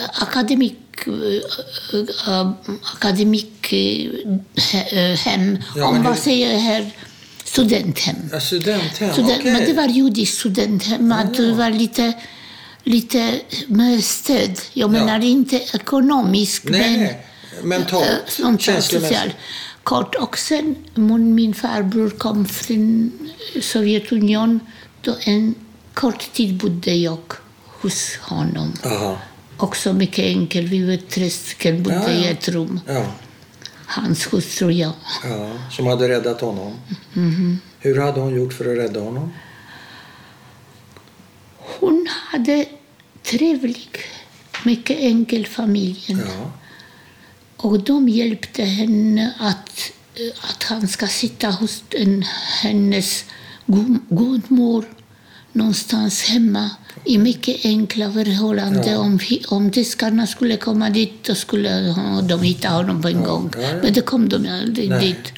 akademikhem. Vad säger jag här? Studenthem. Ja, studenthem, okej. Men det var judiskt studenthem. Att det var lite med stöd. Jag menar inte ekonomiskt. Nej, mentalt. Social. Kort. Och sen min farbror kom från Sovjetunionen. Då en kort tid bodde jag hos honom. Också mycket enkelt. Vi var 3 stycken bodde i ett rum. Hans hustru, ja. Som hade räddat honom. Hur hade hon gjort för att rädda honom? Hon hade trevlig, mycket enkel familj. Och de hjälpte henne att han ska sitta hos hennes gudmor någonstans hemma i mycket enkla förhållanden. Om tyskarna skulle komma dit, då skulle de hitta honom på en gång. Men det kom de aldrig dit.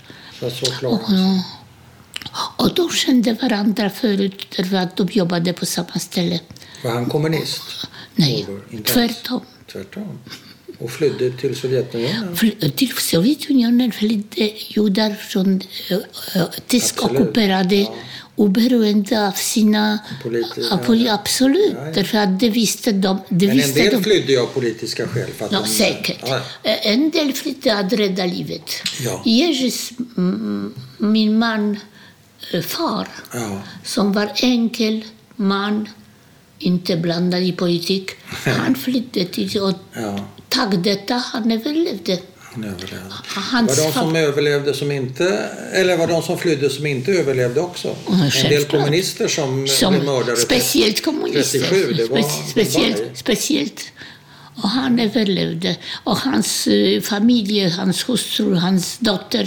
Och de kände varandra förut därför att de jobbade på samma ställe. Var han kommunist? Nej, tvärtom. Och flydde till Sovjetunionen? Till Sovjetunionen flydde judar från tysk-ockuperade oberoende av sina... Absolut, därför att det visste de. Men en del flydde av politiska skäl? Säkert. En del flydde att rädda livet. Ježis, min man, far, som var enkel man, inte blandad i politik, han flydde till... Tack detta, han överlevde. Var de som överlevde som inte... Eller var de som flydde som inte överlevde också? En del kommunister som blev mördade. Speciellt kommunister. 37, det var speciellt. Och han överlevde. Och hans familj, hans hustru, hans dotter,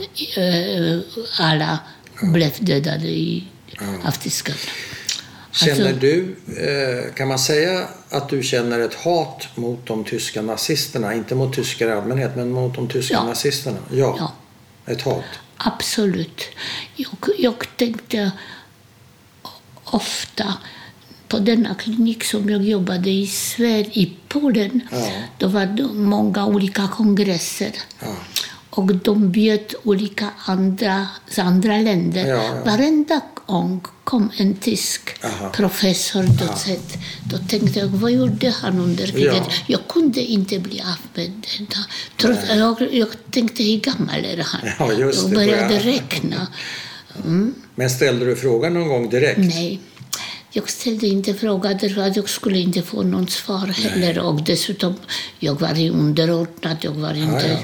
alla blev dödade av tyskarna. Känner du, kan man säga att du känner ett hat mot de tyska nazisterna? Inte mot tyskar i allmänhet, men mot de tyska nazisterna? Ja, ett hat. Absolut. Jag tänkte ofta på denna klinik som jag jobbade i Sverige, i Polen. Då var det många olika kongresser. Och de bjöd olika andra länder. Varenda gång kom en tysk professor, docent. Då tänkte jag, vad gjorde han under kriget? Jag kunde inte bli av med det. Jag tänkte, hur gammal är han? Jag började räkna. Men ställde du frågan någon gång direkt? Nej. Jag ställde inte frågan därför att jag skulle inte få någon svar heller. Och dessutom, jag var underordnad. Jag var inte...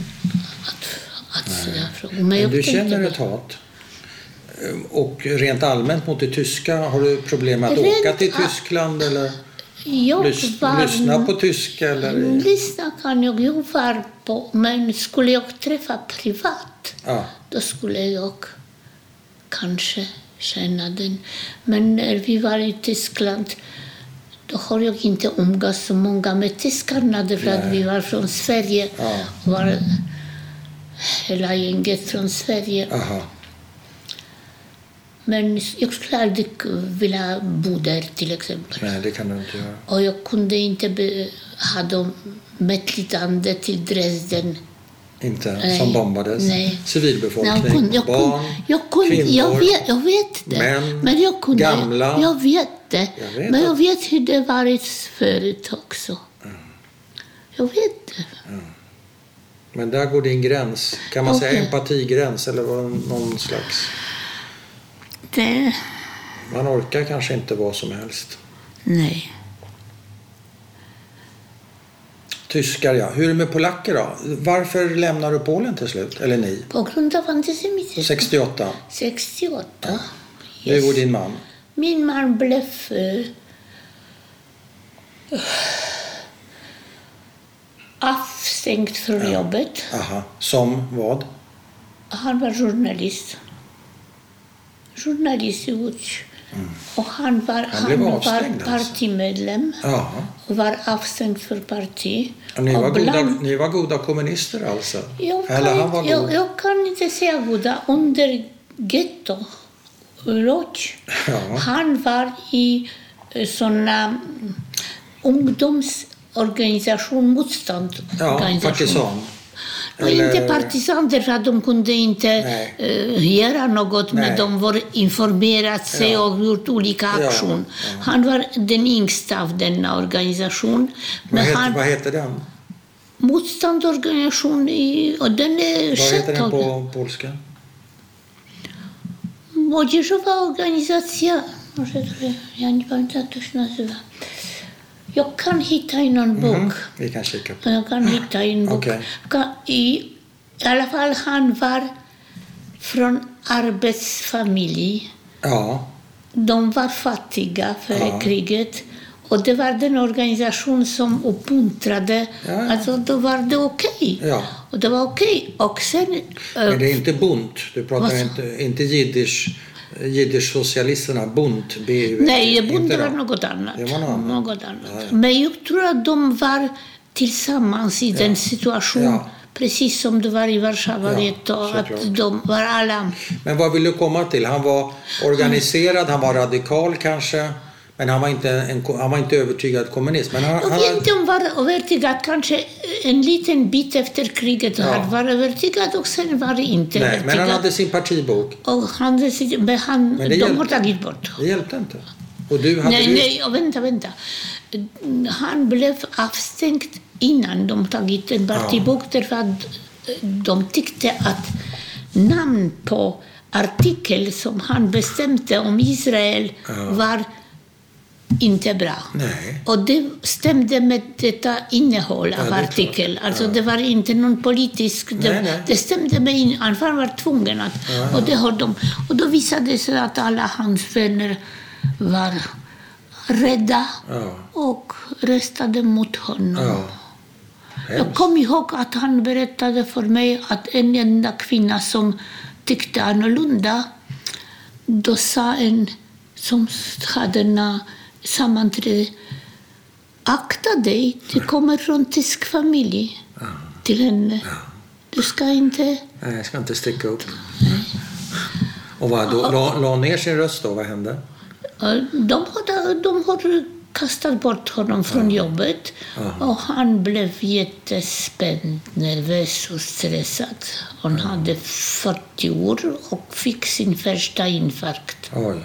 Men du känner ett hat? Och rent allmänt mot det tyska, har du problem att åka till Tyskland eller lyssna på tyska? Eller? Lyssna kan jag var på, men skulle jag träffa privat, då skulle jag kanske känna den. Men när vi var i Tyskland, då har jag inte umgås så många med tyskarna därför att vi var från Sverige. Var hela gänget från Sverige. Men jag skulle aldrig vilja bo där till exempel. Nej, det kan du inte göra. Och jag kunde inte ha dem medlidande till Dresden. Inte? Som bombades? Nej. Civilbefolkning, barn, kvinnor, jag vet det. Män, gamla. Jag vet det. Men jag vet hur det varit förut också. Jag vet det. Men där går din gräns. Kan man säga empatigräns eller någon slags... Man orkar kanske inte vad som helst. Nej. Tyskar, ja. Hur är det med polacker då? Varför lämnar du Polen till slut? Eller ni? På grund av antisemitism. 68? 68. Ja. Du och din man? Min man blev avstängd från jobbet. Aha. Som vad? Han var journalist. Journalist i Łódź. Och han var partimedlem. Aha. Och var avstängd för parti. Och ni var goda kommunister alltså? Jag kan inte säga goda. Under getto, Łódź. Ja. Han var i såna ungdomsorganisation, motståndorganisation. Ja, partisan. Och inte partisaner, för att de kunde inte göra något, men de var informerat sig och gjort olika aktioner. Ja. Han var den yngsta av denna organisation. Vad heter den? Motståndorganisation, och den är... Vad heter den på polska? Młodzieżowa organizacja, ja nie pamiętam jak to się nazywa. Jag kan hitta i någon bok. Vi kan kika på. Jag kan hitta i en bok. Okay. I alla fall han var från arbetsfamilj. Ja. De var fattiga före kriget. Och det var den organisation som uppmuntrade. Ja. Alltså då var det okej. Ja. Och det var okej. Och sen... Men det är inte Bund. Du pratar inte jiddisch-socialisterna. Bund. Nej, Bund var något annat. Det var något annat. Ja. Men jag tror att de var tillsammans i den situationen. Ja. Precis som det var i Warszawa. Att de var alla... Men vad vill du komma till? Han var organiserad, han var radikal kanske. Men han var inte övertygad kommunist. Men jag vet inte om han var övertygad. Kanske en liten bit efter kriget. Han var övertygad och sen var det inte övertygad. Men han hade sin partibok. Och de har tagit bort. Det hjälpte inte. Och du hade nej, vänta. Han blev avstängd innan de tagit en partibok. Därför att de tyckte att namn på artikel som han bestämde om Israel var inte bra. Nej. Och det stämde med detta innehåll av artikel. Alltså det var inte någon politisk... Det stämde med han var tvungen att... Och det har de. Och då visade det sig att alla hans vänner var rädda och röstade mot honom. Jag kom ihåg att han berättade för mig att en enda kvinna som tyckte annorlunda, då sa en som hade en sammanträde, akta dig, du kommer från tysk familj till henne. Du ska inte... Nej, jag ska inte sticka upp. Nej. Och vad då? La ner sin röst då? Vad hände? De har kastat bort honom från jobbet. Och han blev jättespänd, nervös och stressad. Han hade 40 år och fick sin första infarkt. Oj.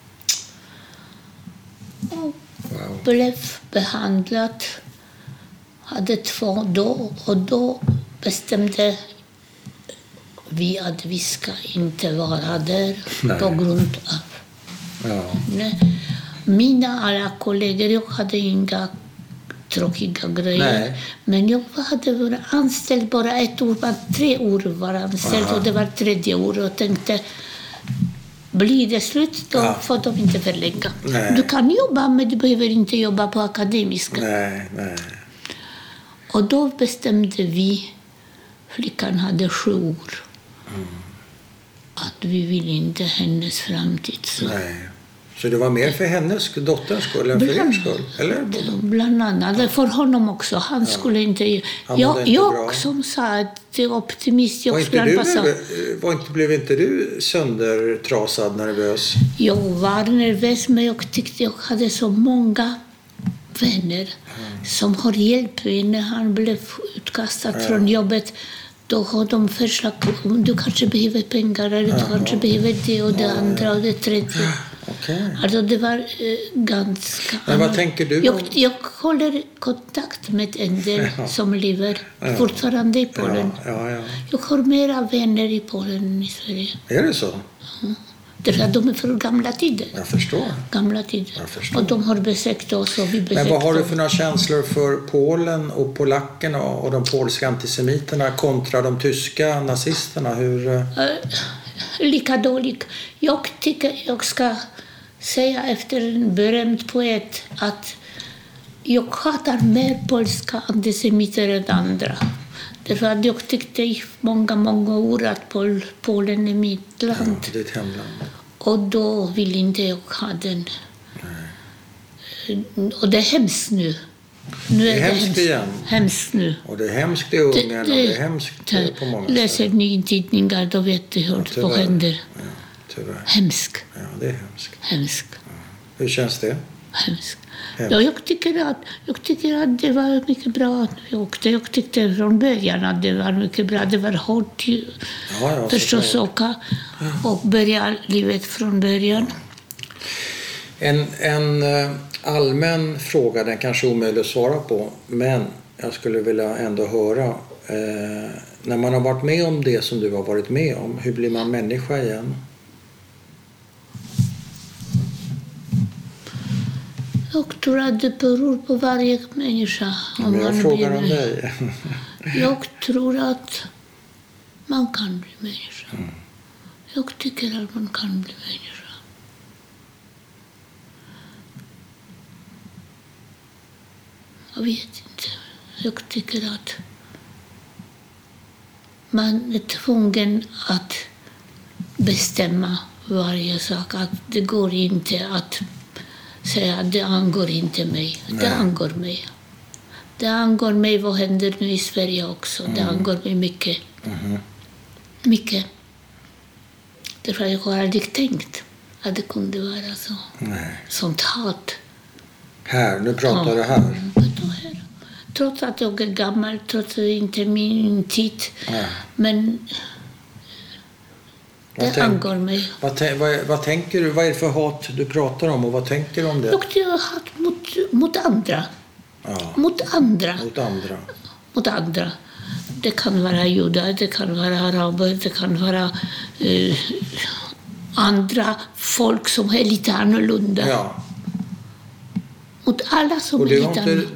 Blev behandlad, hade 2 då, och då bestämde vi att vi ska inte vara där på grund av... Mina alla kollegor, jag hade inga tråkiga grejer. Men jag hade varit anställd bara 1 år, bara 3 år var anställd och det var 3:e år och tänkte, blir det slut då får de inte förlänga. Du kan jobba men du behöver inte jobba på akademiska. Nej. Och då bestämde vi, flickan hade 7 år, att vi vill inte hennes framtid. Så det var mer för hennes dotterns skull än för er skull? Eller? Bland annat. För honom också. Han skulle inte... Jag som sa att det är optimist. Blev inte du söndertrasad, nervös? Jag var nervös, men jag tyckte jag hade så många vänner som har hjälpt mig när han blev utkastad från jobbet. Då har de förslag, du kanske behöver pengar, eller du kanske behöver det och det andra och det tredje. Okay. Alltså det var ganska... Men vad tänker du? Jag håller kontakt med en del som lever fortfarande i Polen. Jag har mera vänner i Polen än i Sverige. Är det så? Därför att de är för gamla tider. Jag förstår. Gamla tider. Och de har besökt oss och vi besökt. Men vad har du för några känslor för Polen och polackerna och de polska antisemiterna kontra de tyska nazisterna? Lika dålig. Jag tycker jag ska säga efter en berömd poet att jag hatar mer polska antisemiter än andra. Därför att jag tyckte i många år att Polen är mitt land. Ja, ditt hemland. Och då vill inte jag ha den. Nej. Och det är hemskt nu. Nu är det hemskt igen. Hemskt nu. Och det är hemskt i Ungern och det är hemskt på många sätt. Läser ni in tidningar då vet du vad händer. Ja, tyvärr. Hemskt. Ja, det är hemskt. Hemskt. Ja. Hur känns det? Hemskt. Ja, jag tycker att det var mycket bra att jag åkte. Jag tyckte från början att det var mycket bra. Det var hårt förstås åka och börja livet från början. En allmän fråga, den kanske är omöjlig att svara på, men jag skulle vilja ändå höra. När man har varit med om det som du har varit med om, hur blir man människa igen? Jag tror att det beror på varje människa. Men jag frågar om dig. Jag tror att man kan bli människa. Jag tycker att man kan bli människa. Jag vet inte. Jag tycker att man är tvungen att bestämma varje sak. Att det går inte att säga att det angår inte mig. Nej. Det angår mig. Det angår mig vad händer nu i Sverige också. Det angår mig mycket. Mycket. Därför jag har aldrig tänkt att det kunde vara så. Nej. Sånt hat. Här, nu pratar du här. Trots att jag är gammal, trots att det inte är min tid. Nej. Men det angår mig. Vad tänker du? Vad är det för hat du pratar om och vad tänker du om det? Det är hat mot andra. Ja. Mot andra. Mot andra. Det kan vara judar, det kan vara araber, det kan vara andra folk som är lite annorlunda. Ja. Mot alla som är lite annorlunda.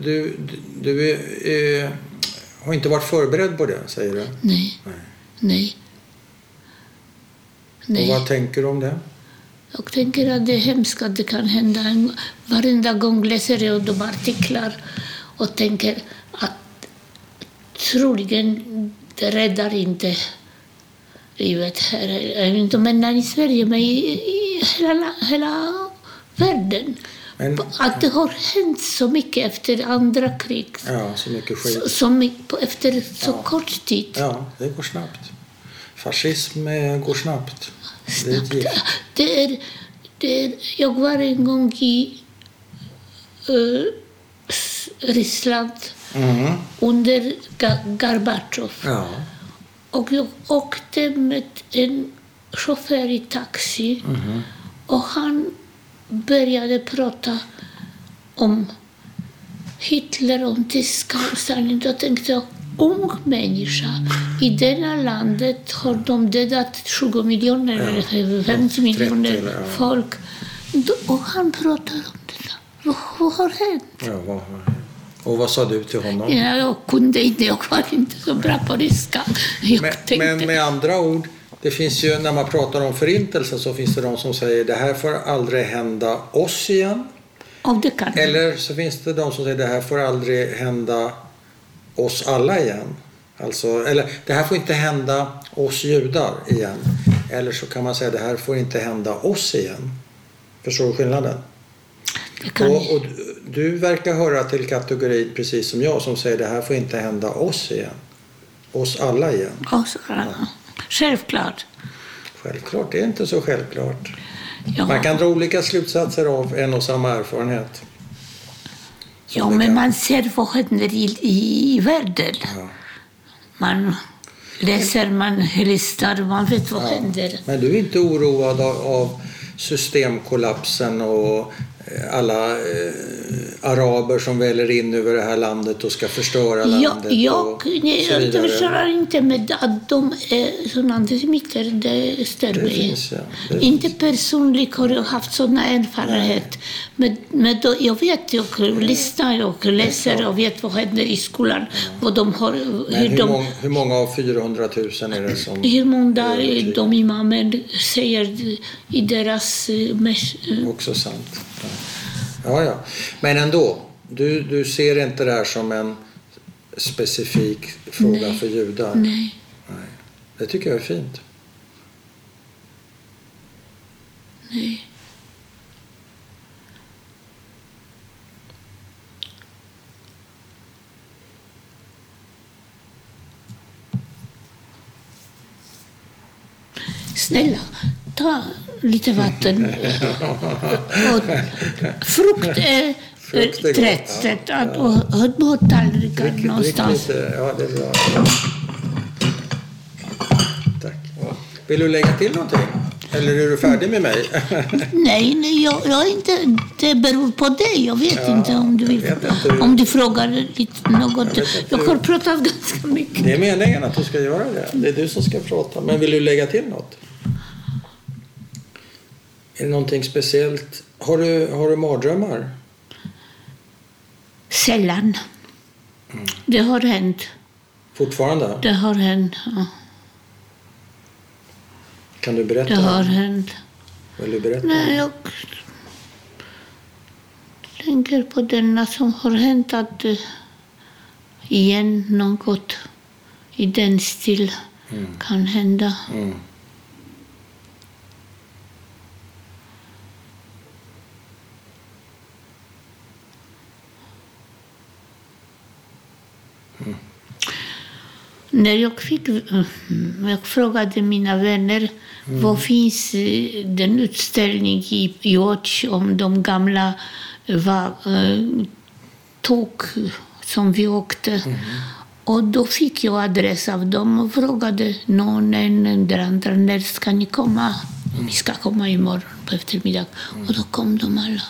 Du har inte varit förberedd på det, säger du? Nej. Och vad tänker du om det? Jag tänker att det är hemskt att det kan hända. Varenda gång läser jag de artiklar och tänker att troligen det räddar inte livet här. Inte men i Sverige, men i hela världen. Men, att det har hänt så mycket efter andra krig. Ja, så mycket skit. Efter så kort tid. Ja, det går snabbt. Fascism går snabbt. Jag var en gång i Ryssland under Gorbatjov. Ja. Och jag åkte med en chaufför i taxi och han började prata om Hitler och Tyskland och Stalin. Då tänkte jag, ung människa. I denna landet har de dödat 20 miljoner eller 50 miljoner folk. Och han pratar om det. Vad har hänt? Ja, vad har hänt? Och vad sa du till honom? Ja, jag kunde inte, jag var inte så bra på ryska. Men med andra ord, det finns ju, när man pratar om förintelse så finns det de som säger det här får aldrig hända oss igen. Det kan. Eller så finns det de som säger det här får aldrig hända oss alla igen. Alltså, eller det här får inte hända oss judar igen. Eller så kan man säga det här får inte hända oss igen. Förstår du skillnaden? Och du verkar höra till kategorin precis som jag som säger det här får inte hända oss igen. Oss alla igen. Oss alla. Ja. Självklart. Självklart, det är inte så självklart. Ja. Man kan dra olika slutsatser av en och samma erfarenhet. Ja, men man ser vad händer i världen. Ja. Man läser, man lyssnar, man vet vad händer. Men du är inte oroad av systemkollapsen och araber som väller in över det här landet och ska förstöra landet. Jag förstår inte med att de är sådana antisemiter. Det stör mig. Finns, ja. Inte personligt har jag haft sådana erfarenhet. Men då, jag vet, jag lyssnar och läser och vet vad händer i skolan. Vad de har, hur många av 400 000 är det som... Hur många de imamer säger i deras... Också sant. Ja. Men ändå, du ser inte det här som en specifik fråga för judar? Nej. Det tycker jag är fint. Nej. Snälla, ta lite vatten. Och frukt är trätt och ha tallrikar någonstans. Ja, det är bra. Tack. Vill du lägga till någonting? Eller är du färdig med mig? Nej, jag är inte. Det beror på dig. Jag vet inte om du vill. Om du frågar lite något. Jag har pratat ganska mycket. Det är meningen att du ska göra det. Det är du som ska prata. Men vill du lägga till något? Är det någonting speciellt? Har du mardrömmar? Sällan. Det har hänt. Fortfarande? Det har hänt, ja. Kan du berätta? Det har hänt. Vill du berätta? Nej, jag tänker på denna som har hänt att igen något i den stil kan hända. När jag frågade mina vänner vad finns den utställning i Łódź om de gamla tåg som vi åkte. Och då fick jag adress av dem och frågade någon eller andra när ska ni komma? Vi ska komma imorgon på eftermiddag. Och då kom de alla.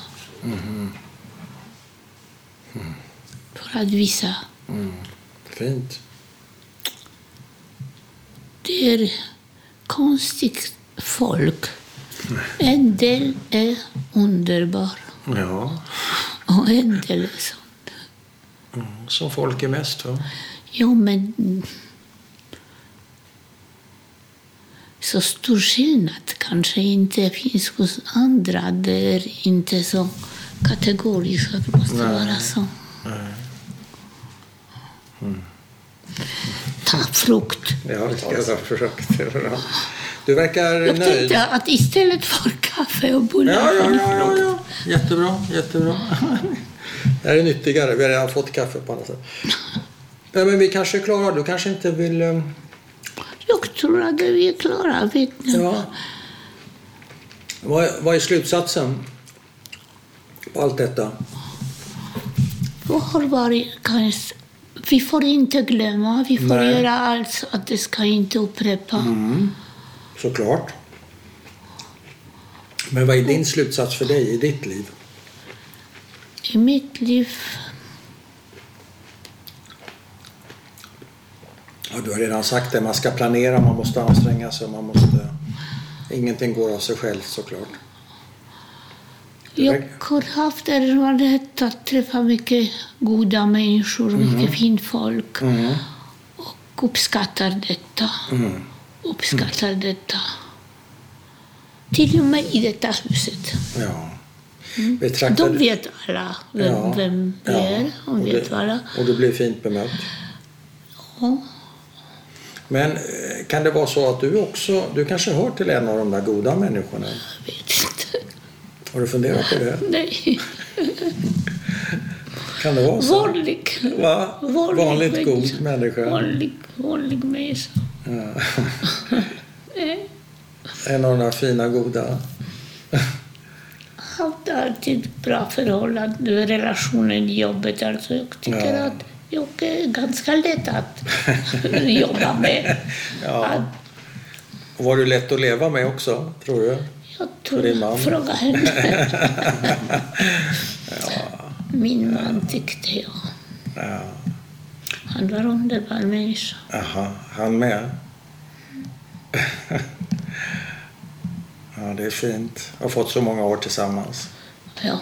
För att visa. Fint. Det är konstigt folk. En del är underbar. Ja. Och en del är sånt. Som folk är mest, va? Jo, men så stor skillnad kanske inte finns hos andra. Det är inte så kategoriskt att det måste vara så. Ta frukt. Ja, vi ska ta frukt. Du verkar jag nöjd. tänkte att istället för kaffe och bullar. Ja. Jättebra. Det här är nyttigare. Vi har redan fått kaffe på annat sätt. Nej, men vi kanske är klara. Du kanske inte vill... Jag tror att vi är klara. Ja. Vad är slutsatsen på allt detta? Vad har varit kanske... Vi får inte glömma. Vi får göra allt att det ska inte upprepa. Såklart. Men vad är din slutsats för dig i ditt liv? I mitt liv... Ja, du har redan sagt det. Man ska planera, man måste anstränga sig. Ingenting går av sig själv, såklart. Jag har haft erfarenhet att träffa mycket goda människor, mycket fint folk. Och uppskattar detta. Till och med i detta huset. Ja. De vet alla vem vi är. Och du blir fint bemött. Ja. Men kan det vara så att du kanske hör till en av de där goda människorna? Jag vet inte. Har du funderat på det? Nej. Kan det vara så? Vanligt God människa. Vanlig människa. Ja. En av de där fina goda. Jag har alltid bra förhållanden, relationen i jobbet. Alltså jag tycker att jag är ganska lätt att jobba med. Ja. Och var du lätt att leva med också, tror du? Jag tror, fråga henne. Min man tyckte jag. Ja. Han var en underbar människa. Aha, han med? Ja, det är fint. Jag har fått så många år tillsammans. Ja.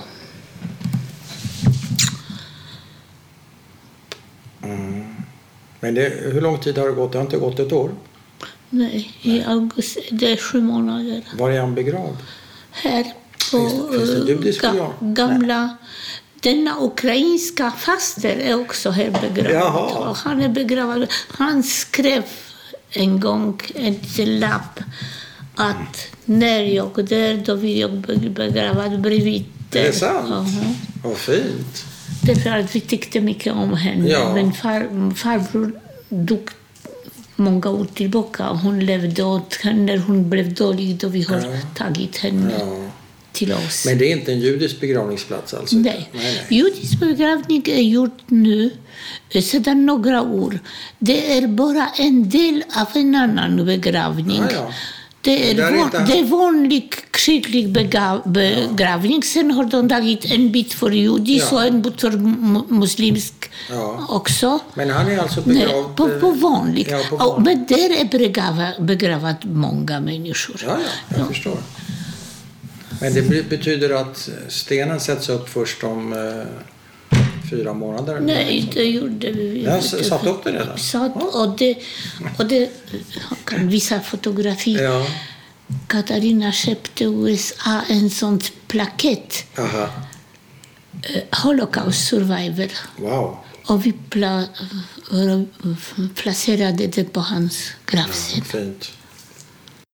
Men hur lång tid har det gått? Det har inte gått ett år? Nej, i augusti. Det är 7 månader. Var är han begravd? Här på Finns det judisk begravd? gamla... Denna ukrainska faster är också här begravd. Jaha. Och han är begravd. Han skrev en gång en lapp att när jag dör, då vill jag begravd bredvid. Är det sant? Uh-huh. Vad fint. Därför att vi tyckte mycket om henne. Ja. Men farbror dog många år tillbaka. Hon levde åt henne när hon blev dålig, då vi har tagit henne till oss. Men det är inte en judisk begravningsplats alltså? Nej. Judisk begravning är gjort nu sedan några år. Det är bara en del av en annan begravning. Ja. Det är vanlig kyrklig begravning. Sen har de tagit en bit för judisk och en bit för muslimsk också. Men han är alltså begravd... Nej, på vanlig. Ja, på vanlig. Men där är begravat många människor. Ja, jag förstår. Men det betyder att stenen sätts upp först om 4 månader? Nej, det gjorde vi. Jag satt upp det redan? Och det kan visa fotografi. Ja. Katarina köpte USA en sån plakett. Aha. Holocaust survivor. Wow. Och vi placerade det på hans gravsätt. Fint.